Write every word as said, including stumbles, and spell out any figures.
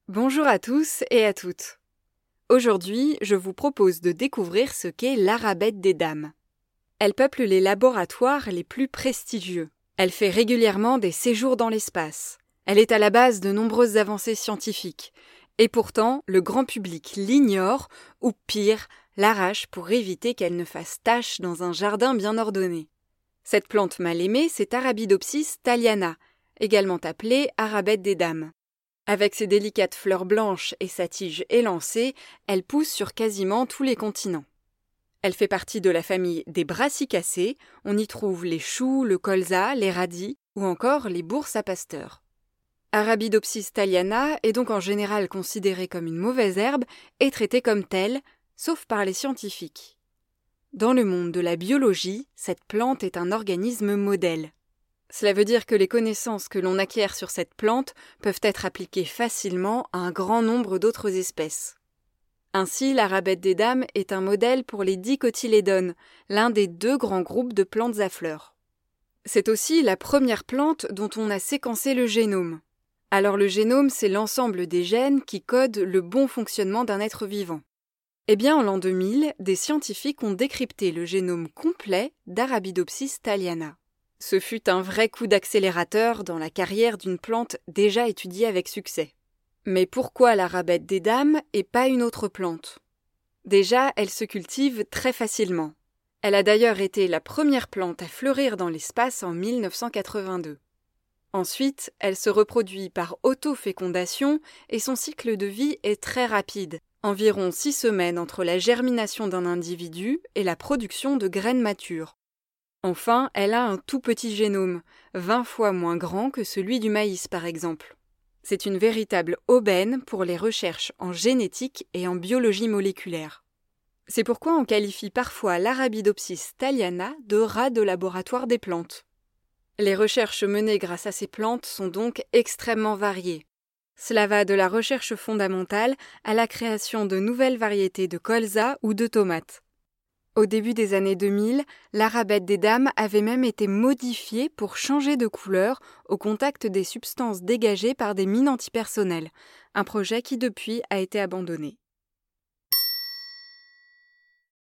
Bonjour à tous et à toutes. Aujourd'hui, je vous propose de découvrir ce qu'est l'arabette des dames. Elle peuple les laboratoires les plus prestigieux. Elle fait régulièrement des séjours dans l'espace. Elle est à la base de nombreuses avancées scientifiques. Et pourtant, le grand public l'ignore, ou pire, l'arrache pour éviter qu'elle ne fasse tache dans un jardin bien ordonné. Cette plante mal aimée, c'est Arabidopsis thaliana, également appelée arabette des dames. Avec ses délicates fleurs blanches et sa tige élancée, elle pousse sur quasiment tous les continents. Elle fait partie de la famille des brassicacées, on y trouve les choux, le colza, les radis ou encore les bourses à pasteurs. Arabidopsis thaliana est donc en général considérée comme une mauvaise herbe et traitée comme telle, sauf par les scientifiques. Dans le monde de la biologie, cette plante est un organisme modèle. Cela veut dire que les connaissances que l'on acquiert sur cette plante peuvent être appliquées facilement à un grand nombre d'autres espèces. Ainsi, l'arabette des dames est un modèle pour les dicotylédones, l'un des deux grands groupes de plantes à fleurs. C'est aussi la première plante dont on a séquencé le génome. Alors le génome, c'est l'ensemble des gènes qui codent le bon fonctionnement d'un être vivant. Eh bien, en l'an deux mille, des scientifiques ont décrypté le génome complet d'Arabidopsis thaliana. Ce fut un vrai coup d'accélérateur dans la carrière d'une plante déjà étudiée avec succès. Mais pourquoi l'arabette des dames et pas une autre plante ? Déjà, elle se cultive très facilement. Elle a d'ailleurs été la première plante à fleurir dans l'espace en mille neuf cent quatre-vingt-deux. Ensuite, elle se reproduit par autofécondation et son cycle de vie est très rapide, environ six semaines entre la germination d'un individu et la production de graines matures. Enfin, elle a un tout petit génome, vingt fois moins grand que celui du maïs par exemple. C'est une véritable aubaine pour les recherches en génétique et en biologie moléculaire. C'est pourquoi on qualifie parfois l'Arabidopsis thaliana de rat de laboratoire des plantes. Les recherches menées grâce à ces plantes sont donc extrêmement variées. Cela va de la recherche fondamentale à la création de nouvelles variétés de colza ou de tomates. Au début des années deux mille, l'arabette des dames avait même été modifiée pour changer de couleur au contact des substances dégagées par des mines antipersonnelles, un projet qui depuis a été abandonné.